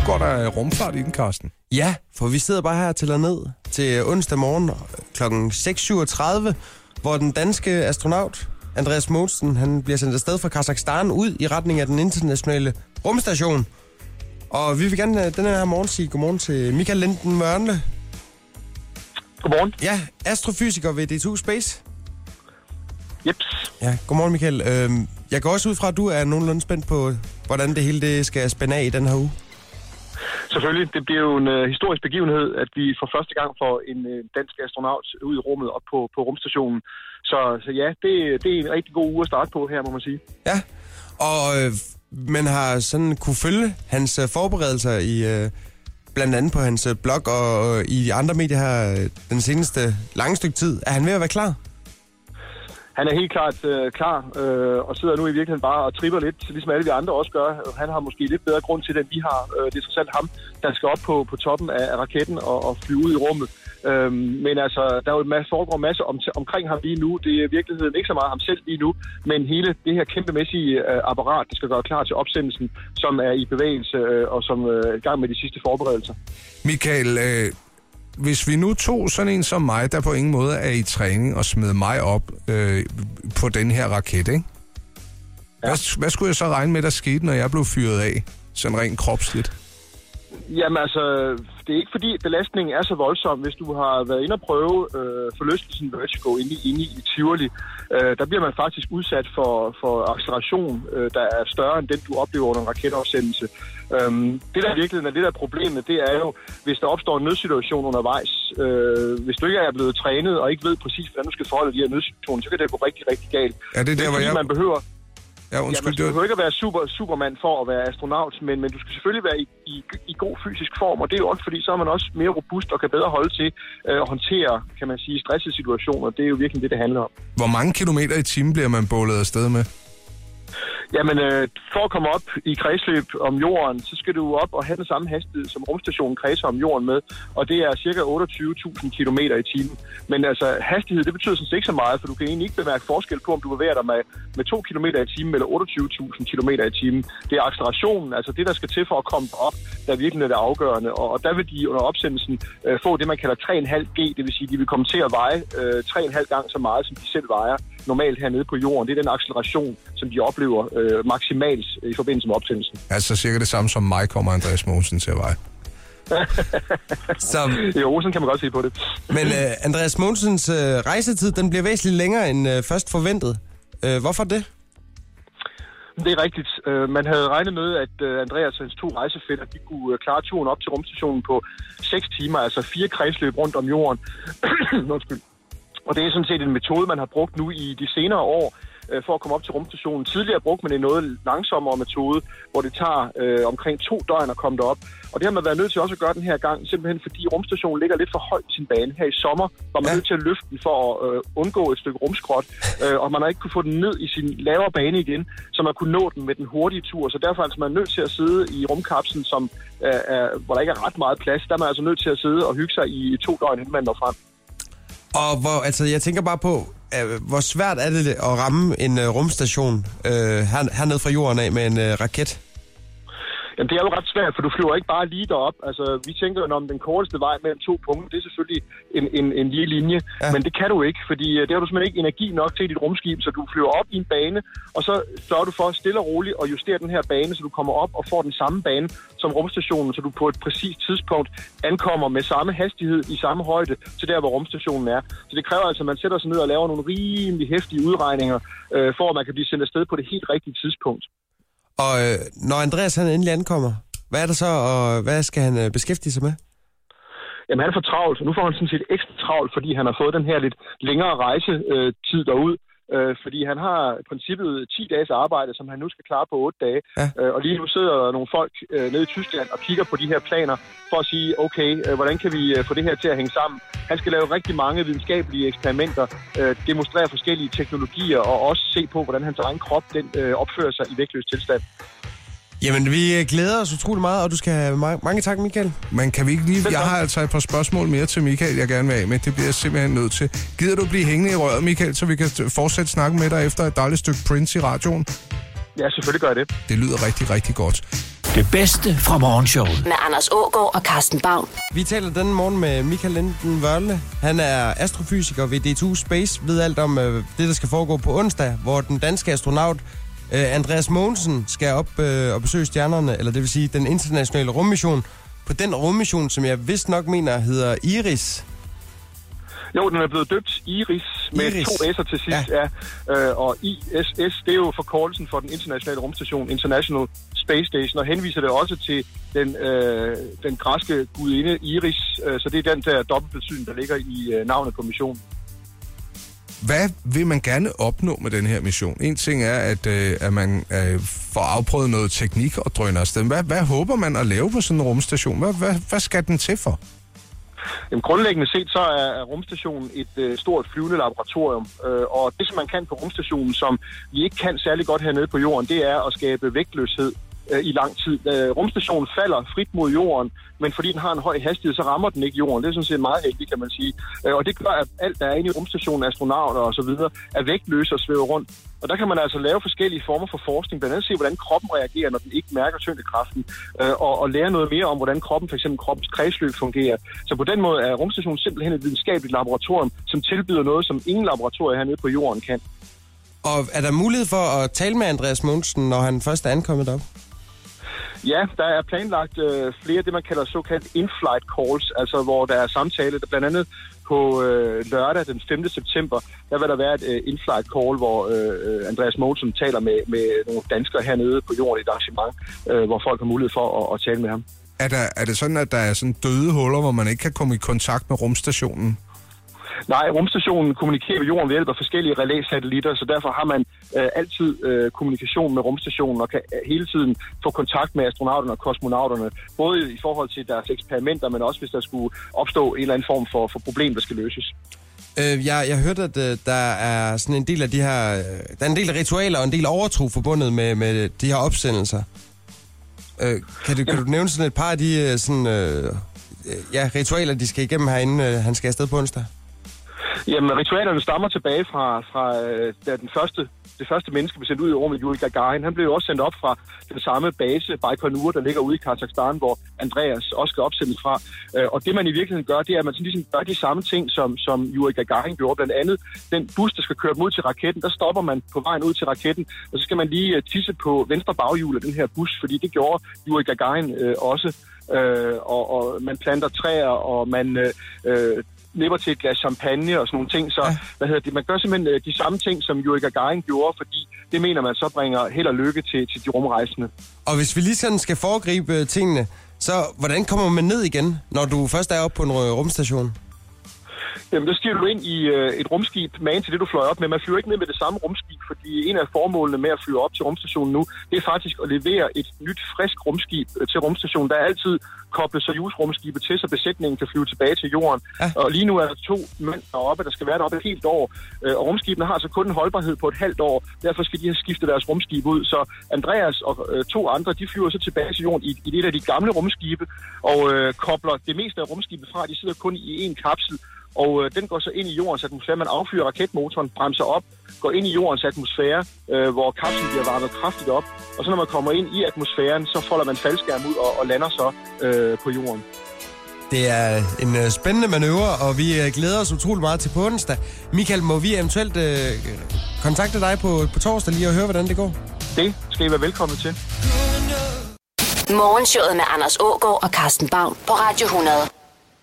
går der rumfart i den, Carsten. Ja, for vi sidder bare her til ned til onsdag morgen kl. 6.37, hvor den danske astronaut Andreas Mogensen, han bliver sendt afsted fra Kazakhstan ud i retning af den internationale rumstation. Og vi vil gerne denne her morgen sige godmorgen til Michael Linden Mørnle. Godmorgen. Ja, astrofysiker ved DTU Space. Jeps. Ja, godmorgen Michael. Jeg går også ud fra, at du er nogenlunde spændt på, hvordan det hele det skal spænde af i den her uge. Selvfølgelig. Det bliver jo en historisk begivenhed, at vi for første gang får en dansk astronaut ud i rummet op på rumstationen. Så ja, det er en rigtig god uge at starte på her, må man sige. Ja, og man har sådan kunne følge hans forberedelser i blandt andet på hans blog og i andre medier her den seneste lange stykke tid. Er han ved at være klar? Han er helt klart klar og sidder nu i virkeligheden bare og tripper lidt, ligesom alle vi andre også gør. Han har måske lidt bedre grund til det, end vi har. Det er trods alt ham, der skal op på toppen af raketten og flyve ud i rummet. Men altså, der er jo foregår en masse omkring ham lige nu. Det er i virkeligheden ikke så meget ham selv lige nu, men hele det her kæmpemæssige apparat, der skal gøre klar til opsendelsen, som er i bevægelse og som er i gang med de sidste forberedelser. Michael, hvis vi nu tog sådan en som mig, der på ingen måde er i træning, og smed mig op på den her raket, ikke? Ja. Hvad skulle jeg så regne med, der skete, når jeg blev fyret af? Sådan rent kropsligt. Jamen altså, det er ikke fordi belastningen er så voldsom. Hvis du har været inde og prøve forlystelsen Vertigo inde i Tivoli, der bliver man faktisk udsat for acceleration, der er større end den, du oplever under en raketopsendelse. Det der i virkeligheden er det der problemet, det er jo, hvis der opstår en nødsituation undervejs. Hvis du ikke er blevet trænet og ikke ved præcis, hvordan du skal forholde de her nødsituationer, så kan det gå rigtig, rigtig galt. Ja, det er der, hvor man behøver... Ja, undskyld, du behøver ikke at være supermand for at være astronaut, men du skal selvfølgelig være i god fysisk form, og det er jo også fordi, så er man også mere robust og kan bedre holde til at håndtere, kan man sige, stressede situationer. Det er jo virkelig det handler om. Hvor mange kilometer i timen bliver man bålet afsted med? Jamen, for at komme op i kredsløb om jorden, så skal du op og have den samme hastighed, som rumstationen kredser om jorden med, og det er cirka 28.000 km i timen. Men altså, hastighed, det betyder sådan set ikke så meget, for du kan egentlig ikke bemærke forskel på, om du bevæger dig med 2 km i timen eller 28.000 km i timen. Det er accelerationen, altså det, der skal til for at komme op, der virkelig er det afgørende. Og der vil de under opsendelsen få det, man kalder 3,5G, det vil sige, de vil komme til at veje 3,5 gange så meget, som de selv vejer normalt hernede på jorden. Det er den acceleration, som de oplever maksimalt i forbindelse med opsendelsen. Altså cirka det samme som mig kommer Andreas Mogensen til at veje. Jo, sådan kan man godt se på det. Men Andreas Mogensens rejsetid, den bliver væsentligt længere end først forventet. Hvorfor det? Det er rigtigt. Man havde regnet med, at Andreas og hans 2 rejsefæller, de kunne klare turen op til rumstationen på 6 timer, altså 4 kredsløb rundt om jorden. Undskyld. Og det er sådan set en metode, man har brugt nu i de senere år for at komme op til rumstationen. Tidligere brugte man en noget langsommere metode, hvor det tager omkring 2 døgn at komme derop. Og det har man været nødt til også at gøre den her gang, simpelthen fordi rumstationen ligger lidt for højt i sin bane. Her i sommer var man nødt til at løfte den for at undgå et stykke rumskrot, og man har ikke kunne få den ned i sin lavere bane igen, så man kunne nå den med den hurtige tur. Så derfor er man nødt til at sidde i rumkapslen, hvor der ikke er ret meget plads. Der er man altså nødt til at sidde og hygge sig i 2 døgn, inden man når frem. Og jeg tænker bare på, hvor svært er det at ramme en rumstation hernede fra jorden af med en raket? Jamen, det er jo ret svært, for du flyver ikke bare lige derop. Altså, vi tænker jo om den korteste vej mellem 2 punkter, det er selvfølgelig en lige linje. Ja. Men det kan du ikke, fordi det har du simpelthen ikke energi nok til i dit rumskib, så du flyver op i en bane, og så sørger du for stille og roligt at justere den her bane, så du kommer op og får den samme bane som rumstationen, så du på et præcist tidspunkt ankommer med samme hastighed i samme højde til der, hvor rumstationen er. Så det kræver altså, at man sætter sig ned og laver nogle rimelig heftige udregninger, for at man kan blive sendt afsted på det helt rigtige tidspunkt. Og når Andreas han endelig ankommer, hvad er der så, og hvad skal han beskæftige sig med? Jamen han er for travlt, og nu får han sådan set ekstra travlt, fordi han har fået den her lidt længere rejsetid derud. Fordi han har i princippet 10 dages arbejde, som han nu skal klare på 8 dage. Ja. Og lige nu sidder der nogle folk nede i Tyskland og kigger på de her planer for at sige, okay, hvordan kan vi få det her til at hænge sammen? Han skal lave rigtig mange videnskabelige eksperimenter, demonstrere forskellige teknologier og også se på, hvordan hans egen krop den opfører sig i vægtløs tilstand. Jamen, vi glæder os utrolig meget, og du skal have mange tak, Michael. Men kan vi ikke lige... Jeg har altså et par spørgsmål mere til Michael, jeg gerne vil af med. Det bliver jeg simpelthen nødt til. Gider du blive hængende i røret, Michael, så vi kan fortsætte snakken med dig efter et dejligt stykke Prince i radioen? Ja, selvfølgelig gør jeg det. Det lyder rigtig, rigtig godt. Det bedste fra morgenshowet. Med Anders Aagaard og Carsten Baum. Vi taler denne morgen med Michael Linden Wørle. Han er astrofysiker ved DTU Space, ved alt om det, der skal foregå på onsdag, hvor den danske astronaut Andreas Mogensen skal op og besøge stjernerne, eller det vil sige den internationale rummission. På den rummission, som jeg vist nok mener hedder IRIS. Jo, den er blevet døbt IRIS med IRIS. 2 S'er til sidst, ja. Og ISS, det er jo forkortelsen for den internationale rumstation, International Space Station, og henviser det også til den græske gudinde Iris, så det er den der dobbeltbetydning, der ligger i navnet på missionen. Hvad vil man gerne opnå med den her mission? En ting er, at man får afprøvet noget teknik og drøner afsted. Hvad håber man at lave på sådan en rumstation? Hvad skal den til for? Jamen, grundlæggende set så er rumstationen et stort flyvende laboratorium, og det som man kan på rumstationen, som vi ikke kan særlig godt hernede på jorden, det er at skabe vægtløshed i lang tid. Rumstationen falder frit mod jorden, men fordi den har en høj hastighed, så rammer den ikke jorden. Det er sådan set meget heldigt, kan man sige. Og det gør, at alt, der er inde i rumstationen, astronauter og så videre, er vægtløse og svæver rundt. Og der kan man altså lave forskellige former for forskning, blandt andet se, hvordan kroppen reagerer, når den ikke mærker tyngdekraften, og lære noget mere om, hvordan kroppen, f.eks. kroppens kredsløb fungerer. Så på den måde er rumstationen simpelthen et videnskabeligt laboratorium, som tilbyder noget, som ingen laboratorier hernede på jorden kan. Og er der mulighed for at tale med Andreas Mogensen, når han først er ankommet op? Ja, der er planlagt flere det, man kalder såkaldt in-flight calls, altså hvor der er samtale, der blandt andet på lørdag den 5. september, der vil der være et in-flight call, hvor Andreas Mogensen taler med nogle danskere hernede på jorden i et arrangement, hvor folk har mulighed for at tale med ham. Er det sådan, at der er sådan døde huller, hvor man ikke kan komme i kontakt med rumstationen? Nej, rumstationen kommunikerer med jorden ved hjælp af forskellige relæsatellitter, så derfor har man altid kommunikation med rumstationen og kan hele tiden få kontakt med astronauterne og kosmonauterne, både i forhold til deres eksperimenter, men også hvis der skulle opstå en eller anden form for problem, der skal løses. Jeg hørte, at der er sådan en del af de her, der er en del af ritualer og en del overtro forbundet med de her opsendelser. Kan du nævne sådan et par af de ritualer, de skal igennem herinde, han skal afsted på onsdag? Jamen, ritualerne stammer tilbage fra da det første menneske blev sendt ud i rummet, Yuri Gagarin. Han blev jo også sendt op fra den samme base, Baikonur, der ligger ude i Kazakhstan, hvor Andreas også skal opsendes fra. Og det, man i virkeligheden gør, det er, at man sådan ligesom gør de samme ting, som Yuri Gagarin gjorde. Blandt andet den bus, der skal køre dem ud til raketten, der stopper man på vejen ud til raketten, og så skal man lige tisse på venstre baghjul af den her bus, fordi det gjorde Yuri Gagarin også. Og man planter træer, og man nipper til et glas champagne og sådan nogle ting. Så man gør simpelthen de samme ting, som Yuri Gagarin gjorde, fordi det mener man så bringer held og lykke til de rumrejsende. Og hvis vi lige sådan skal foregribe tingene, så hvordan kommer man ned igen, når du først er oppe på en rumstation? Jamen, der stiger du ind i et rumskib magen til det, du fløj op med. Man flyver ikke ned med det samme rumskib, fordi en af formålene med at flyve op til rumstationen nu, det er faktisk at levere et nyt, frisk rumskib til rumstationen. Der er altid koblet Soyuz-rumskibet til, så besætningen kan flyve tilbage til jorden. Ja. Og lige nu er der 2 mænd deroppe, der skal være deroppe et helt år. Og rumskibene har altså kun en holdbarhed på et halvt år. Derfor skal de have skiftet deres rumskib ud. Så Andreas og 2 andre, de flyver så tilbage til jorden i et af de gamle rumskibe, og kobler det meste af rumskibet fra. De sidder kun i en kapsel. Og den går så ind i jordens atmosfære. Man affyrer raketmotoren, bremser op, går ind i jordens atmosfære, hvor kapslen bliver varmet kraftigt op. Og så når man kommer ind i atmosfæren, så folder man faldskærm ud og lander så på jorden. Det er en spændende manøvre, og vi glæder os utrolig meget til på onsdag. Michael, må vi eventuelt kontakte dig på torsdag lige og høre, hvordan det går? Det skal I være velkommen til. Morgenshowet med Anders Aagaard og Carsten Baum på Radio 100.